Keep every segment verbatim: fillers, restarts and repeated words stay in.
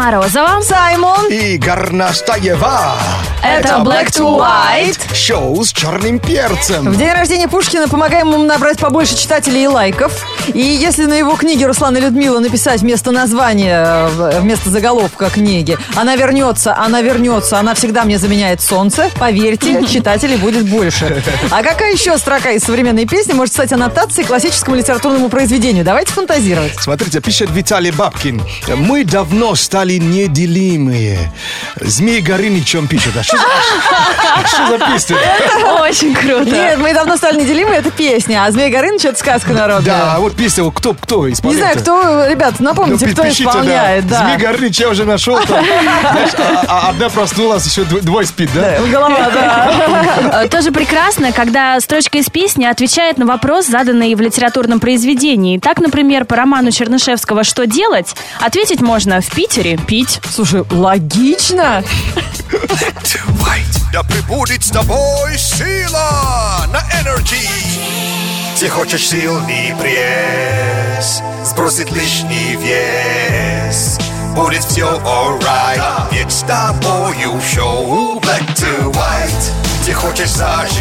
Морозова, Саймон и Горностаева. Это Black to White. Шоу с черным перцем. В день рождения Пушкина помогаем ему набрать побольше читателей и лайков. И если на его книге Руслан и Людмила написать вместо названия, вместо заголовка книги «Она вернется, она вернется, она всегда мне заменяет солнце», поверьте, читателей будет больше. А какая еще строка из современной песни может стать аннотацией к классическому литературному произведению? Давайте фантазировать. Смотрите, пишет Виталий Бабкин. Мы давно стали неделимые. Змей Горынычем пишет. А что за, что за песня? очень круто. Нет, мы давно стали неделимы, это песня. А Змей Горыныч — это сказка народная. Да, а вот песня, кто, кто исполняет? Не знаю, кто, ребят, напомните, Ну, кто пишите, исполняет. Да. Да. Змей Горыныч я уже нашел. Там, знаешь, а, а одна проснулась, еще двое спит, да? Голова, да. Тоже прекрасно, когда строчка из песни отвечает на вопрос, заданный в литературном произведении. Так, например, по роману Чернышевского «Что делать?» ответить можно: в Питере пить. Слушай, логично. Black to white. Да пребудет с тобой сила на Energy. Ты хочешь сильный пресс, сбросит лишний вес. Будет все alright, ведь с тобою шоу Black to white. Ты хочешь зажигать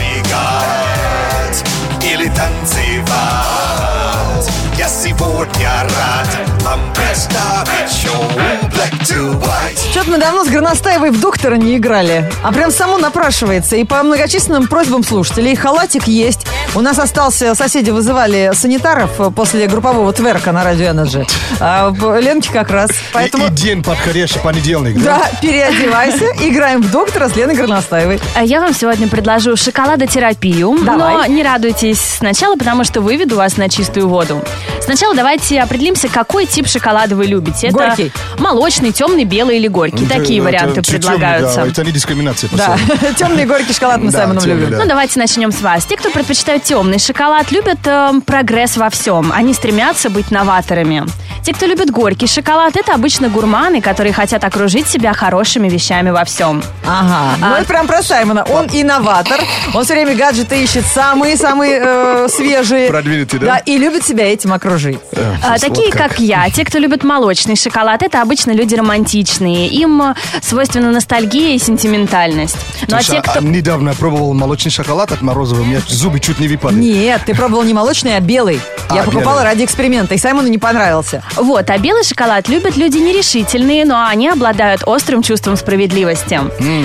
или танцевать? Я сегодня рад вам представить шоу Black to White. Что-то мы давно с Горностаевой в доктора не играли. А прям само напрашивается. И по многочисленным просьбам слушателей халатик есть. У нас остался, соседи вызывали санитаров после группового тверка на радио Energy. А Ленке как раз. Поэтому... И, и день подходящий понедельник, да? Да, переодевайся. Играем в доктора с Леной Горностаевой. А я вам сегодня предложу шоколадотерапию. Давай. Но не радуйтесь сначала, потому что выведу вас на чистую воду. Сначала давайте определимся, какой тип шоколада вы любите. Это Горький. молочный, темный, белый или горький. Это- Такие это варианты чуть-чуть, предлагаются. Да, это не дискриминация. Да, просто. темный горький шоколад мы с Да, Саймоном темный, любим. да. Ну, давайте начнем с вас. Те, кто предпочитают темный шоколад, любят э, прогресс во всем. Они стремятся быть новаторами. Те, кто любит горький шоколад, это обычно гурманы, которые хотят окружить себя хорошими вещами во всем. Ага, ну А- это прям про Саймона. Он инноватор, он все время гаджеты ищет самые-самые э, свежие. Продвинутый, да? Да, и любит себя этим окружить. А, Сладко. такие, как я, те, кто любит молочный шоколад, это обычно люди романтичные. Им э, свойственна ностальгия и сентиментальность. Ну а Слушай, те, кто... а недавно пробовал молочный шоколад от Морозова, у меня зубы чуть не выпали. Нет, ты пробовал не молочный, а белый. Я А, покупала белый. ради эксперимента, и Саймону не понравился. Вот, а белый шоколад любят люди нерешительные, но они обладают острым чувством справедливости.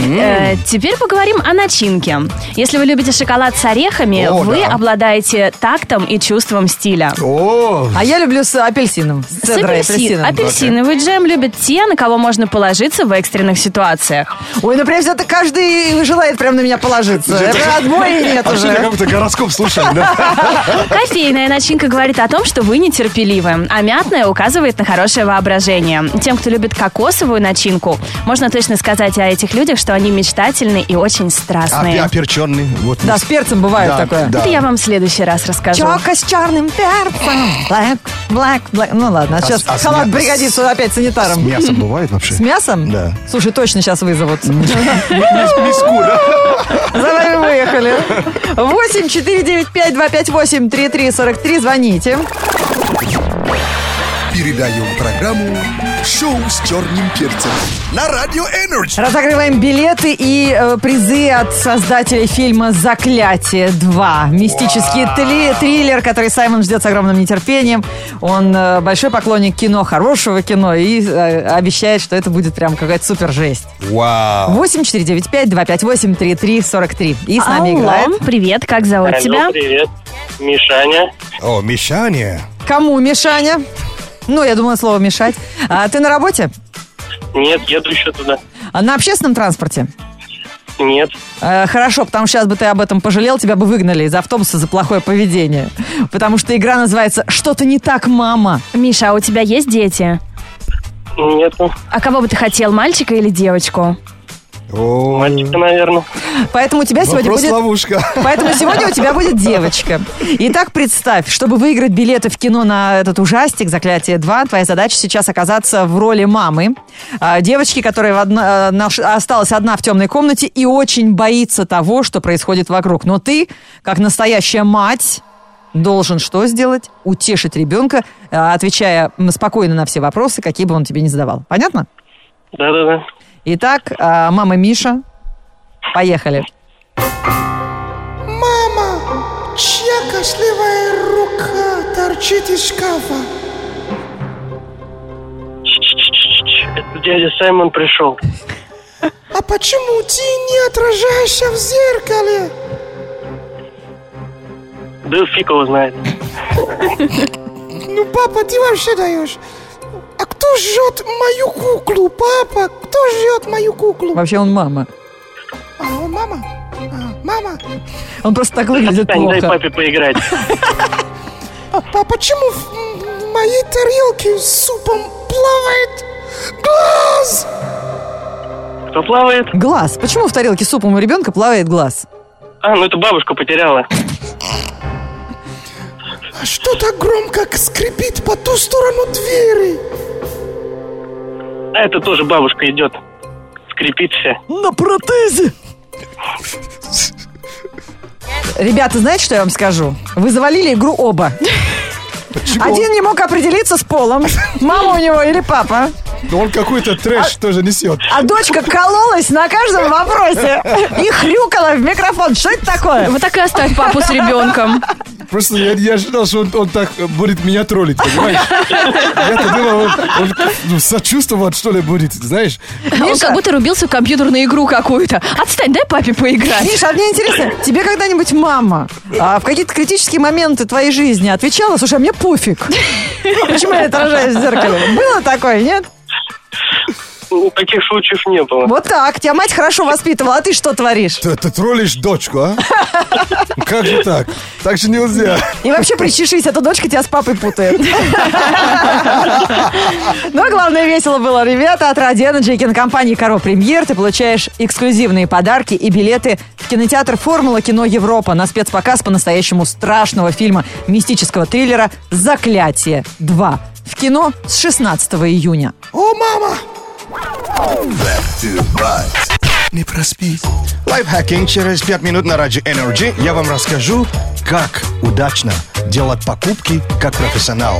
Э, теперь поговорим о начинке. Если вы любите шоколад с орехами, О, вы да. обладаете тактом и чувством стиля. О, А я люблю с апельсином. С С цедрой апельсин- апельсина. Апельсиновый джем любят те, на кого можно положиться в экстренных ситуациях. Ой, ну прям это каждый желает прям на меня положиться. Это же- Отбоя нет вообще уже. как будто гороскоп слушали, да? Кофейная начинка говорит о том, что вы нетерпеливы, а мятная указывает на хорошее воображение. Тем, кто любит кокосовую начинку, можно точно сказать о этих людях, что они мечтательны и очень А, страстные. а перченый. Вот. Да, с перцем бывает Да, такое. да. Это я вам в следующий раз расскажу. Чока с черным перцем. Black, black, black. Ну ладно, а сейчас а с халат мя- пригодится опять С санитаром. мясом бывает вообще? С мясом? Да. Слушай, точно сейчас вызовут. Миску, да? За вами выехали. восемь четыре девять пять два пять восемь три три сорок три. Звоните. Передаем программу «Шоу с черным перцем» на радио Energy. Разыгрываем билеты и э, призы от создателей фильма «Заклятие два». Мистический тли- триллер, который Саймон ждет с огромным нетерпением. Он э, большой поклонник кино, хорошего кино, и э, обещает, что это будет прям какая-то супер жесть. Вау. восемь четыре девять пять два пять восемь три три сорок три. И с нами Алло, играет. привет, как зовут Алло, тебя? привет. Мишаня. О, Мишаня. Кому, Мишаня? Ну, я думала, слово «мешать». А ты на работе? Нет, еду еще туда. А на общественном транспорте? Нет. Э, Хорошо, потому что сейчас бы ты об этом пожалел, тебя бы выгнали из автобуса за плохое поведение. Потому что игра называется «Что-то не так, мама». Миша, а у тебя есть дети? Нету. А кого бы ты хотел, мальчика или девочку? О, Мальчика, наверное. Поэтому у тебя сегодня вопрос будет... ловушка. Поэтому сегодня у тебя будет девочка. Итак, представь, чтобы выиграть билеты в кино на этот ужастик «Заклятие два», твоя задача сейчас оказаться в роли мамы. а, Девочки, которая в одна- наш- осталась одна в темной комнате и очень боится того, что происходит вокруг. Но ты, как настоящая мать, должен что сделать? Утешить ребенка, а, отвечая м, спокойно на все вопросы, какие бы он тебе ни задавал. Понятно? Да-да-да. Итак, а, мама Миша, поехали. Мама, чья костлявая рука торчит из шкафа? Это дядя Саймон пришел. А почему ты не отражаешься в зеркале? Да фиг его знает. Ну, папа, ты вообще даешь. А кто жжет мою куклу, папа? Кто жжет мою куклу? Вообще он мама. А, он мама? А, мама? Он просто так выглядит Отстань, дай плохо. папе поиграть. А, а почему в, в моей тарелке с супом плавает глаз? Кто плавает? Глаз. Почему в тарелке с супом у ребенка плавает глаз? А, ну это бабушка потеряла. А что так громко скрипит по ту сторону двери? А это тоже бабушка идет. Скрипит все. На протезе. Ребята, знаете, что я вам скажу? Вы завалили игру оба. Один не мог определиться с полом. Мама у него или папа. Да он какой-то трэш тоже несет. А дочка кололась на каждом вопросе и хрюкала в микрофон. Что это такое? Вот так и оставь папу с ребенком. Просто я, я ожидал, что он, он так будет меня троллить, понимаешь? Я-то думал, он, он ну, сочувствовать, что ли, будет, знаешь? Он как будто рубился в компьютерную игру какую-то. Отстань, дай папе поиграть. Миша, а мне интересно, тебе когда-нибудь мама а, в какие-то критические моменты твоей жизни отвечала: слушай, а мне пофиг. Почему я отражаюсь в зеркале? Было такое, нет? Ну, таких случаев не было. Вот так. Тебя мать хорошо воспитывала, а ты что творишь? Ты, ты троллишь дочку, а? Как же так? Так же нельзя. И вообще причешись, а то дочка тебя с папой путает. Но главное, весело было, ребята. От Ради Энерджи и кинокомпании «Каро Премьер» ты получаешь эксклюзивные подарки и билеты в кинотеатр «Формула Кино Европа» на спецпоказ по-настоящему страшного фильма мистического триллера «Заклятие два». В кино с шестнадцатого июня. О, мама! Back to right. Не проспись. Лайфхакинг через пять минут на Ради Энерджи. Я вам расскажу, как удачно делать покупки как профессионал.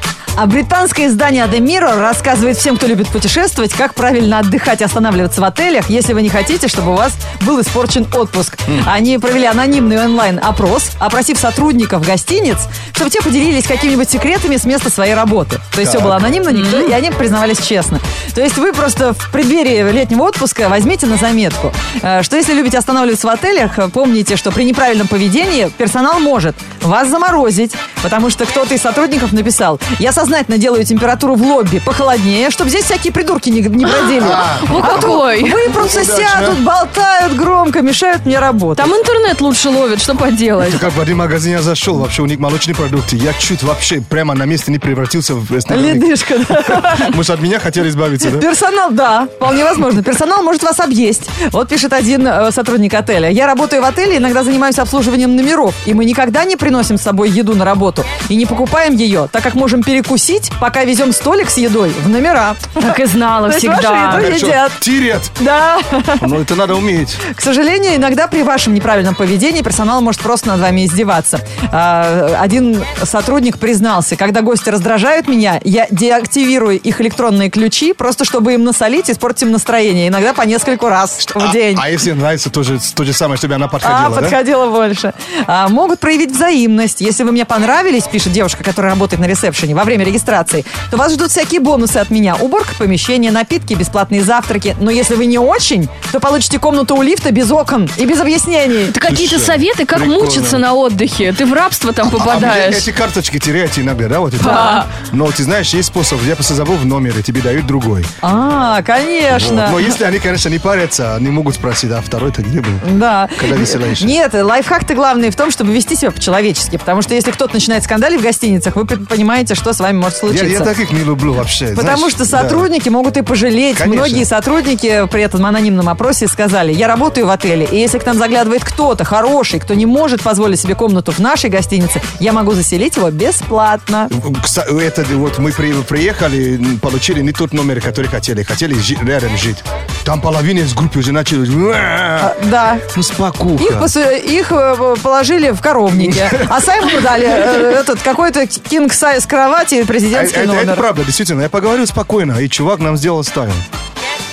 А британское издание The Mirror рассказывает всем, кто любит путешествовать, как правильно отдыхать и останавливаться в отелях, если вы не хотите, чтобы у вас был испорчен отпуск. Они провели анонимный онлайн-опрос, опросив сотрудников гостиниц, чтобы те поделились какими-нибудь секретами с места своей работы. То есть Так. все было анонимно, никто, и они признавались честно. То есть вы просто в преддверии летнего отпуска возьмите на заметку, э, что если любите останавливаться в отелях, э, помните, что при неправильном поведении персонал может вас заморозить, потому что кто-то из сотрудников написал: я сознательно делаю температуру в лобби похолоднее, чтобы здесь всякие придурки не, не бродили. Вот какой. Выпрутся, сядут, болтают громко, мешают мне работать. Там интернет лучше ловит, что поделать. Как в один магазин я зашел, вообще у них молочные продукты. Я чуть вообще прямо на месте не превратился в ресторан. Ледышка, да. Может, от меня хотели избавиться, да? Персонал, да, вполне возможно. Персонал может вас объесть. Вот пишет один э, сотрудник отеля. Я работаю в отеле, иногда занимаюсь обслуживанием номеров. И мы никогда не приносим с собой еду на работу. И не покупаем ее, так как можем перекусить, пока везем столик с едой в номера. Так и знала То есть всегда. вашу еду Так что, едят. тирят. Да. Ну, это надо уметь. К сожалению, иногда при вашем неправильном поведении персонал может просто над вами издеваться. А, Один сотрудник признался: когда гости раздражают меня, я деактивирую их электронные ключи, просто чтобы им насолить и испортить им настроение. Иногда по нескольку раз в день. А, а если нравится то же, то же самое, чтобы она подходила, А, да? подходила больше. А, могут проявить взаимность. Если вы мне понравились, пишет девушка, которая работает на ресепшене во время регистрации, то вас ждут всякие бонусы от меня. Уборка помещения, напитки, бесплатные завтраки. Но если вы не очень, то получите комнату у лифта без окон и без объяснений. Это какие-то Слушай, советы, как прикольно. мучиться на отдыхе. Ты в рабство там А вы попадаешь. эти карточки теряете иногда, да? Вот это? Да. Но ты знаешь, есть способ. Я просто забыл в номере, тебе дают другой. А, конечно. Вот. Но если они, конечно, не парятся, они могут спросить: а второй-то где был? Да. Когда веселаешь. Нет, лайфхак-то главный в том, чтобы вести себя по-человечески. Потому что если кто-то начинает скандалить в гостиницах, вы понимаете, что с вами может Я, случиться. я таких не люблю вообще. Потому знаешь. что сотрудники могут и пожалеть. Конечно. Многие сотрудники при этом анонимном опросе сказали: я работаю в отеле, и если к нам заглядывает кто-то хороший, кто не может позволить себе комнату в нашей гостинице, я могу заселить его бесплатно. Кста- Это вот мы при- приехали, получили не тот номер, который хотели. Хотели жи- рядом жить. Там половина из группы уже начали. А, да. Ну, спокуха. Их, посу- их э, положили в коровнике, а Саймону дали э, этот какой-то кинг-сайз кровати и А- президентский это, это номер. правда, действительно. Я поговорил спокойно, и чувак нам сделал ставил.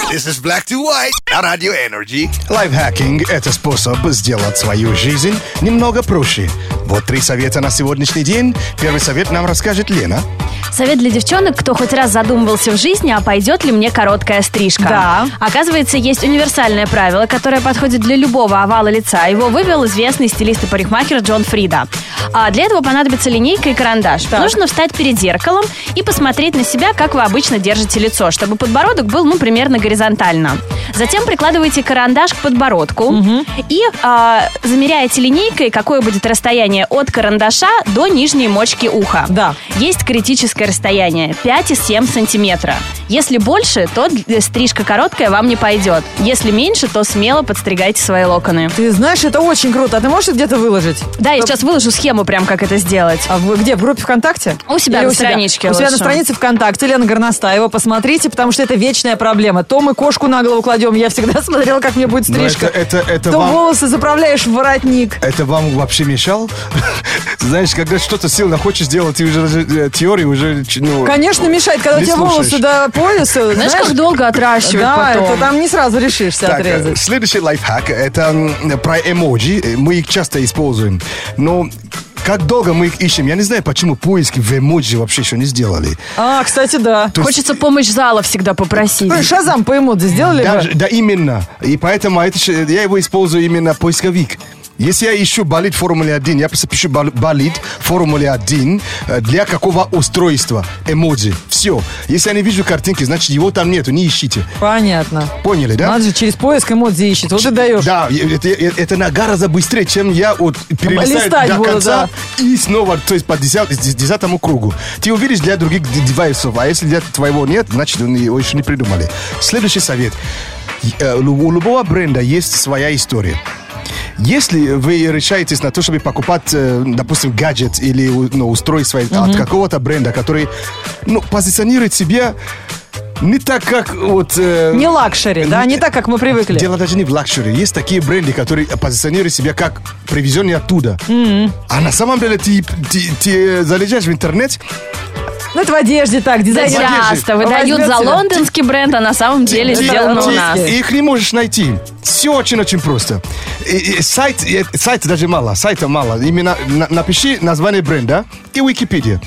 This is Black to White на Radio Energy. Лайфхакинг – это способ сделать свою жизнь немного проще. Вот три совета на сегодняшний день. Первый совет нам расскажет Лена. Совет для девчонок, кто хоть раз задумывался в жизни, а пойдет ли мне короткая стрижка. Да. Оказывается, есть универсальное правило, которое подходит для любого овала лица. Его вывел известный стилист и парикмахер Джон Фрида. А для этого понадобится линейка и карандаш. Так. Нужно встать перед зеркалом и посмотреть на себя, как вы обычно держите лицо, чтобы подбородок был, ну, примерно горизонтально. Затем прикладываете карандаш к подбородку угу. и а, замеряете линейкой, какое будет расстояние от карандаша до нижней мочки уха. Да. Есть критическое расстояние пять и семь сантиметра. Если больше, то стрижка короткая вам не пойдет. Если меньше, то смело подстригайте свои локоны. Ты знаешь, это очень круто. А ты можешь где-то выложить? Да, я сейчас выложу схему прям, как это сделать. А вы где? В группе ВКонтакте? У себя Или на у себя? страничке У себя на лучше. странице ВКонтакте. Лена Горностаева. Посмотрите, потому что это вечная проблема. То мы кошку на голову кладем. Я всегда смотрела, как мне будет Но стрижка. это, это, это То вам... волосы заправляешь в воротник. Это вам вообще мешал? Знаешь, когда что-то сильно хочешь сделать, ты уже э, теорию уже... Ну, Конечно, мешает, когда у не тебя слушаешь. волосы до пояса. Знаешь, как долго отращивать Да, потом? это там не сразу решишься Так, отрезать. следующий лайфхак – это м, про эмоджи. Мы их часто используем. Но как долго мы их ищем? Я не знаю, почему поиски в эмоджи вообще еще не сделали. А, кстати, да. То есть- Хочется помощь зала всегда попросить. Ну, Шазам по эмодзи сделали Даже- бы? да, именно. И поэтому это, ж- я его использую именно поисковик. Если я ищу болит Формуле один, я просто пишу бол- болит Формуле один э, для какого устройства? Эмоджи. Все. Если я не вижу картинки, значит его там нету, не ищите. Понятно. Поняли, да? Надо же через поиск эмодзи ищет. Вот и даешь. Да, и- это, это, это на гораздо быстрее, чем я вот перелистаю Листать до буду, конца и снова, то есть по десят- дес- десятому кругу. Ты увидишь для других д- девайсов, а если для твоего нет, значит, они его еще не придумали. Следующий совет. Э, У любого бренда есть своя история. Если вы решаетесь на то, чтобы покупать, э, допустим, гаджет или ну, устройство mm-hmm. от какого-то бренда, который ну, позиционирует себя не так, как вот... э, Не лакшери, да? Не так, как мы привыкли. Дело даже не в лакшери. Есть такие бренды, которые позиционируют себя как привезенные оттуда. Mm-hmm. А на самом деле ты, ты, ты залезаешь в интернет, Ну, это в одежде так, Да дизайнер. часто выдают возьмет за себя. лондонский бренд, а на самом деле ты- сделано ты у нас. их не можешь найти. Все очень-очень просто. И- и сайт, и- сайт даже мало, сайта мало. Именно на- напиши название бренда и Википедия.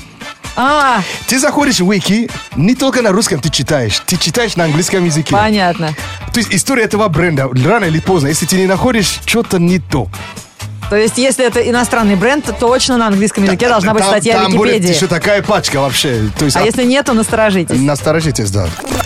А, Ты заходишь в Вики, не только на русском ты читаешь, ты читаешь на английском языке. понятно. То есть история этого бренда, рано или поздно, если ты не находишь, что-то не то. То есть, если это иностранный бренд, то точно на английском языке должна быть Там- статья в Там будет Википедии. еще такая пачка вообще. То есть, А если нет, то насторожитесь. насторожитесь, да.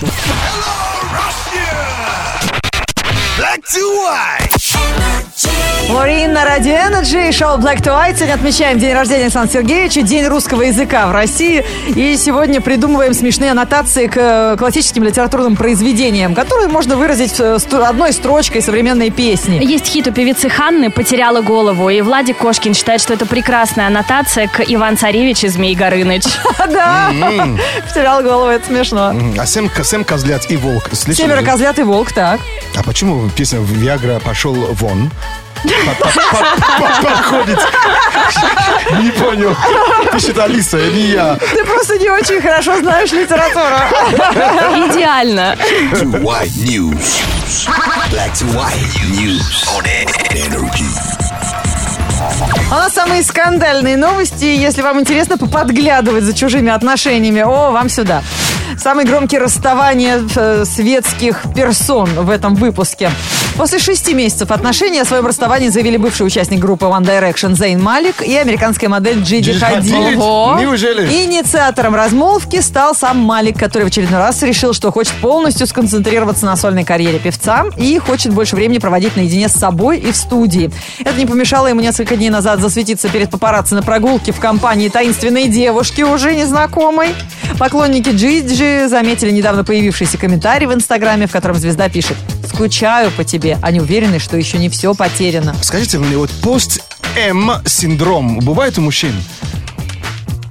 Black to White. Лорин на Радио Energy, шоу Black to White. Сегодня отмечаем день рождения Александра Сергеевича, день русского языка в России. И сегодня придумываем смешные аннотации к э, классическим литературным произведениям, которые можно выразить э, сто- одной строчкой современной песни. Есть хит у певицы Ханны «Потеряла голову», и Владик Кошкин считает, что это прекрасная аннотация к Иван Царевич и Змей Горыныч. Да, потерял голову, это смешно. А семь, семь козлят и волк. Слышали? Семеро козлят и волк, так. А почему песня «Виагра пошел вон»? Подходит. Не понял. Пишет Алиса, а не я. Ты просто не очень хорошо знаешь литературу. Идеально. To White News. Black to White News on Energy. А у нас самые скандальные новости. Если вам интересно поподглядывать за чужими отношениями, о, вам сюда. Самые громкие расставания э, светских персон в этом выпуске. После шести месяцев отношений о своем расставании заявили бывший участник группы One Direction Зейн Малик и американская модель Джиди Хадид. Ого. Неужели? Инициатором размолвки стал сам Малик, который в очередной раз решил, что хочет полностью сконцентрироваться на сольной карьере певца и хочет больше времени проводить наедине с собой и в студии. Это не помешало ему несколько дней назад засветиться перед папарацци на прогулке в компании таинственной девушки, уже незнакомой. Поклонники Джиджи заметили недавно появившийся комментарий в Инстаграме, в котором звезда пишет: «Скучаю по тебе». Они уверены, что еще не все потеряно. Скажите мне, вот пост-М-синдром бывает у мужчин?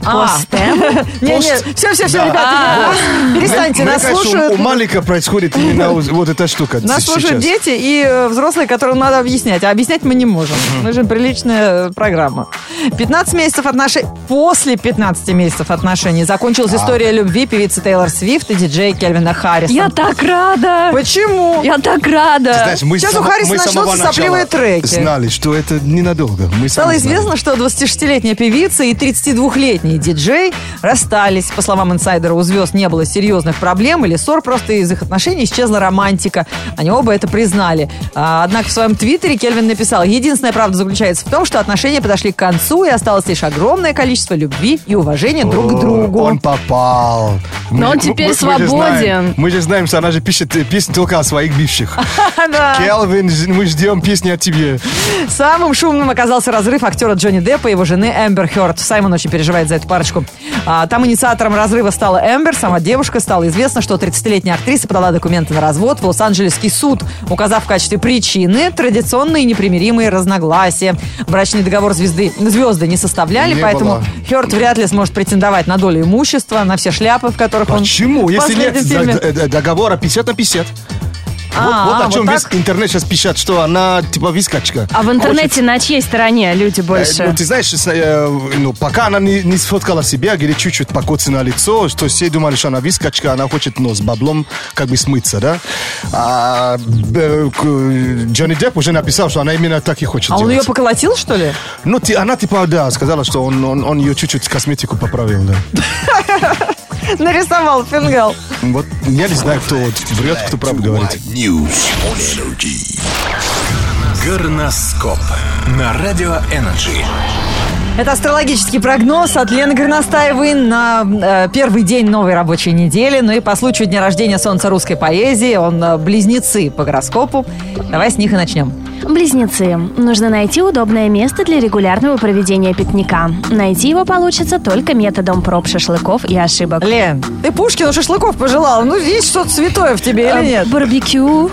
Постем? Не, не, все-все-все, Да. ребята, перестаньте, Мне нас кажется, слушают. у Малика происходит именно вот эта штука. Нас сейчас. слушают дети и э, взрослые, которым надо объяснять. А объяснять мы не можем. Мы же приличная э, программа. пятнадцать месяцев отношений. После пятнадцати месяцев отношений закончилась история любви певицы Тейлор Свифт и диджея Кельвина Харриса. Я так рада! Почему? Я так рада! Знаешь, мы Сейчас с само- у Харриса мы с самого начнутся сопливые начала треки. знали, что это ненадолго. Мы Стало сами знали. известно, что двадцатишестилетняя певица и тридцатидвухлетний диджей расстались. По словам инсайдера, у звезд не было серьезных проблем или ссор, просто из их отношений исчезла романтика. Они оба это признали. А, однако в своем твиттере Кельвин написал: единственная правда заключается в том, что отношения подошли к концу и осталось лишь огромное количество любви и уважения друг к другу. Он попал. Но он теперь же свободен. знаем- мы же знаем, что она же пишет песни только о своих бывших. Да. Келвин, мы ждем песни о тебе. Самым шумным оказался разрыв актера Джонни Деппа и его жены Эмбер Хёрд. Саймон очень переживает за эту парочку. А, там инициатором разрыва стала Эмбер, сама девушка. Стало известно, что тридцатилетняя актриса подала документы на развод в Лос-Анджелесский суд, указав в качестве причины традиционные непримиримые разногласия. Брачный договор звезды, звезды не составляли, Не поэтому было. Хёрд вряд ли сможет претендовать на долю имущества, на все шляпы, в которых он... Почему? в Если нет последнем фильме. д- д- договора пятьдесят на пятьдесят. А, вот, вот о чем вот весь так? интернет сейчас пишет, что она типа вискачка. А в интернете на чьей стороне люди больше? Э, Ну, ты знаешь, с- э, ну, пока она не, не сфоткала себя, говорит, чуть-чуть покоцано лицо, что все думали, что она вискачка, она хочет, ну, с баблом как бы смыться, да? А э, к- Джонни Депп уже написал, что она именно так и хочет А он делать. ее поколотил, что ли? Ну, ты- она типа, да, сказала, что он, он, он ее чуть-чуть косметику поправил, да. Нарисовал фингал. Вот я не знаю, кто вот врет, кто правду говорит. News on Energy. Горноскоп на Радио Energy. Это астрологический прогноз от Лены Горностаевой на э, первый день новой рабочей недели. Ну и по случаю дня рождения солнца русской поэзии, он э, близнецы по гороскопу. Давай с них и начнем. Близнецы. Нужно найти удобное место для регулярного проведения пикника. Найти его получится только методом проб, шашлыков и ошибок. Лен, ты Пушкину шашлыков пожелала. Ну, есть что-то святое в тебе или нет? Барбекю.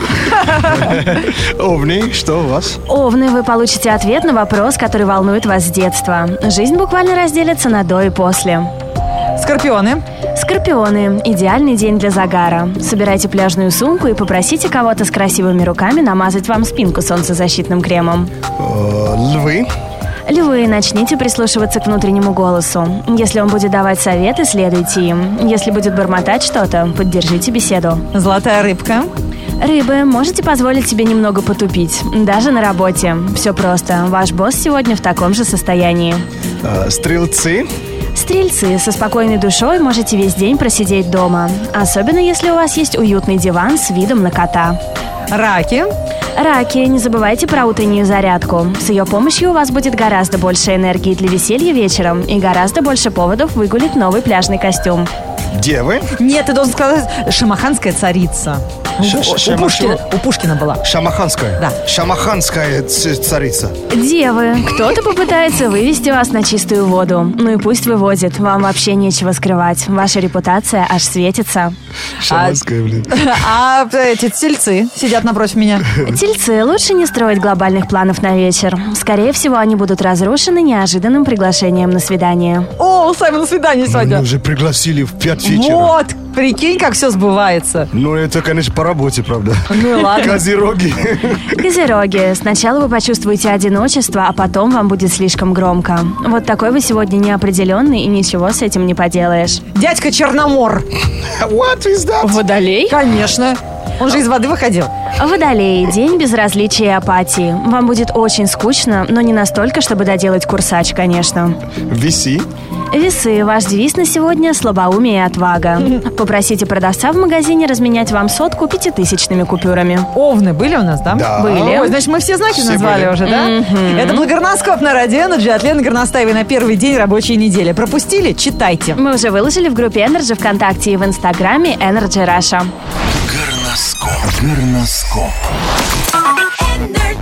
Овни, что у вас? Овны, вы получите ответ на вопрос, который волнует вас с детства. Жизнь буквально разделится на до и после. Скорпионы. Скорпионы. Идеальный день для загара. Собирайте пляжную сумку и попросите кого-то с красивыми руками намазать вам спинку солнцезащитным кремом. Э, Львы. Львы, начните прислушиваться к внутреннему голосу. Если он будет давать советы, следуйте им. Если будет бормотать что-то, поддержите беседу. Золотая рыбка. Рыбы, можете позволить себе немного потупить. Даже на работе. Все просто. Ваш босс сегодня в таком же состоянии. Э, Стрелцы. Стрельцы, со спокойной душой можете весь день просидеть дома. Особенно, если у вас есть уютный диван с видом на кота. Раки. Раки, не забывайте про утреннюю зарядку. С ее помощью у вас будет гораздо больше энергии для веселья вечером и гораздо больше поводов выгулить новый пляжный костюм. Девы. Нет, ты должен сказать шамаханская царица. У, Ш- у- ш- у шама- Пушкина, что? у Пушкина была. Шамаханская. Да. Шамаханская ц- царица. Девы, кто-то попытается вывести вас на чистую воду. Ну и пусть выводит, вам вообще нечего скрывать. Ваша репутация аж светится. Шамаханская, блин. А эти тельцы сидят напротив меня. Тельцы, лучше не строить глобальных планов на вечер. Скорее всего, они будут разрушены неожиданным приглашением на свидание. О, у Саймона свидание Мы сегодня. уже пригласили в пять вечера. Вот, прикинь, как все сбывается. Ну, это, конечно, по работе, правда. Ну и ладно. Козероги. Козероги, сначала вы почувствуете одиночество, а потом вам будет слишком громко. Вот такой вы сегодня неопределенный, и ничего с этим не поделаешь. Дядька Черномор. What is that? Водолей? Конечно. Он же из воды выходил. Водолей, день безразличия и апатии. Вам будет очень скучно, но не настолько, чтобы доделать курсач, конечно. Виси. Весы, ваш девиз на сегодня – слабоумие и отвага. Попросите продавца в магазине разменять вам сотку пятитысячными купюрами. Овны были у нас, да? Да. Были. Ой, значит, мы все знаки Все назвали были. уже, да? Это был Горноскоп на Радио Energy от Лены Горностаевой на первый день рабочей недели. Пропустили? Читайте. Мы уже выложили в группе Energy ВКонтакте и в Инстаграме Energy Russia. Горноскоп. Горноскоп.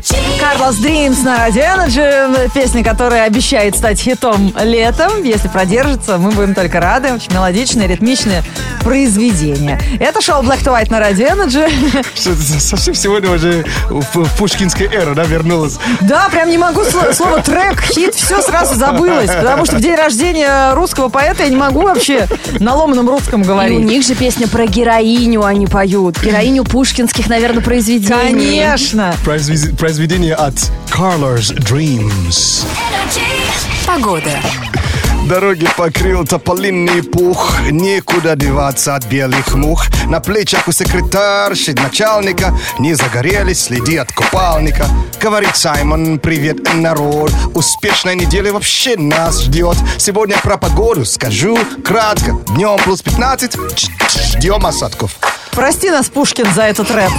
Carlos Dreams на Radio Energy. Песня, которая обещает стать хитом летом. Если продержится, мы будем только рады. Очень мелодичное, ритмичное произведение. Это шоу Black to White на Radio Energy. Совсем сегодня уже в пушкинская эра, да, вернулась. Да, прям не могу слово, слово трек, хит, все сразу забылось. Потому что в день рождения русского поэта я не могу вообще на ломаном русском говорить. И у них же песня про героиню они поют. Героиню пушкинских, наверное, произведений. Конечно. Произве- Произведение от Carlos Dreams. Погода. Дороги покрыл тополиный пух, некуда деваться от белых мух. На плечах у секретарши начальника не загорелись следы от купальника. Говорит Саймон, привет, народ. Успешная неделя вообще нас ждет. Сегодня про погоду скажу кратко. Днем плюс пятнадцать, ждем осадков. Прости нас, Пушкин, за этот рэп.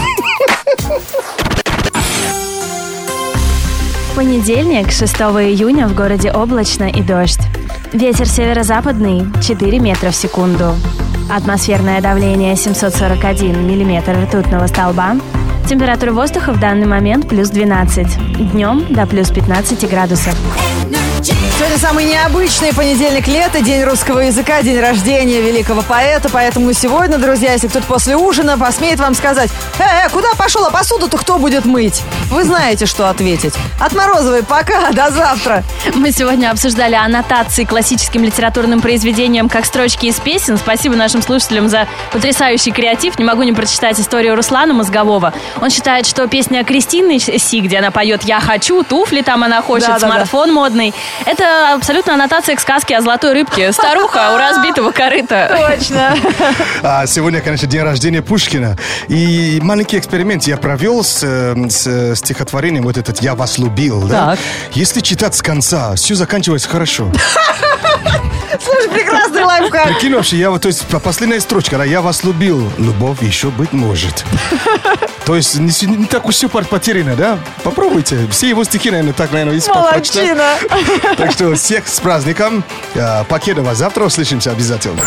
Понедельник, шестого июня, в городе облачно и дождь. Ветер северо-западный четыре метра в секунду. Атмосферное давление семьсот сорок один миллиметр ртутного столба. Температура воздуха в данный момент плюс двенадцать. Днем до плюс пятнадцать градусов. Сегодня самый необычный понедельник лета, день русского языка, день рождения великого поэта. Поэтому сегодня, друзья, если кто-то после ужина посмеет вам сказать: «Э, э, куда пошел, а посуду-то кто будет мыть?» Вы знаете, что ответить. От Морозовой пока, до завтра. Мы сегодня обсуждали аннотации классическим литературным произведениям как строчки из песен. Спасибо нашим слушателям за потрясающий креатив. Не могу не прочитать историю Руслана Мозгового. Он считает, что песня Кристины Си, где она поет «Я хочу», туфли там она хочет, да, да, смартфон да. модный. Это абсолютно аннотация к сказке о золотой рыбке. Старуха у разбитого корыта. Точно. А сегодня, конечно, день рождения Пушкина. И маленький эксперимент я провел с, с стихотворением вот этот «Я вас любил». Да? Так. Если читать с конца, все заканчивается хорошо. Слушай, прекрасный лайфхак. Прикинь вообще, я вот, то есть последняя строчка, да, «Я вас любил, любовь еще быть может». То есть не, не так уж все потеряно, да? Попробуйте. Все его стихи, наверное, так, наверное, из Молодчина. Так что всех с праздником. Покедова. Завтра услышимся обязательно.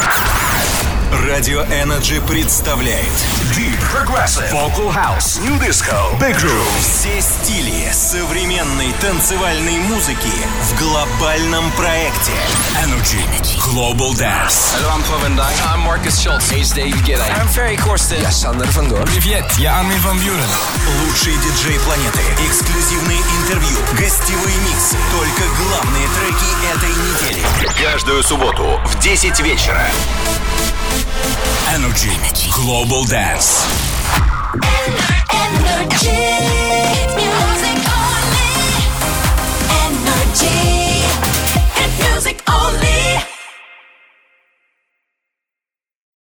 Радио Energy представляет Deep Progressive Vocal House New Disco Big Room. Все стили современной танцевальной музыки в глобальном проекте Energy Global Dance. Hello, I'm Paul Van Dyke. I'm Marcus Schultz. Hey, Dave Gidday. I'm Ferry Corsten. Я Сандер Ван Дор. Привет, я Армин Ван Бюрен. Лучшие диджеи планеты, эксклюзивные интервью, гостевые миксы. Только главные треки этой недели. Каждую субботу в десять вечера. Energy Global Dance. Energy.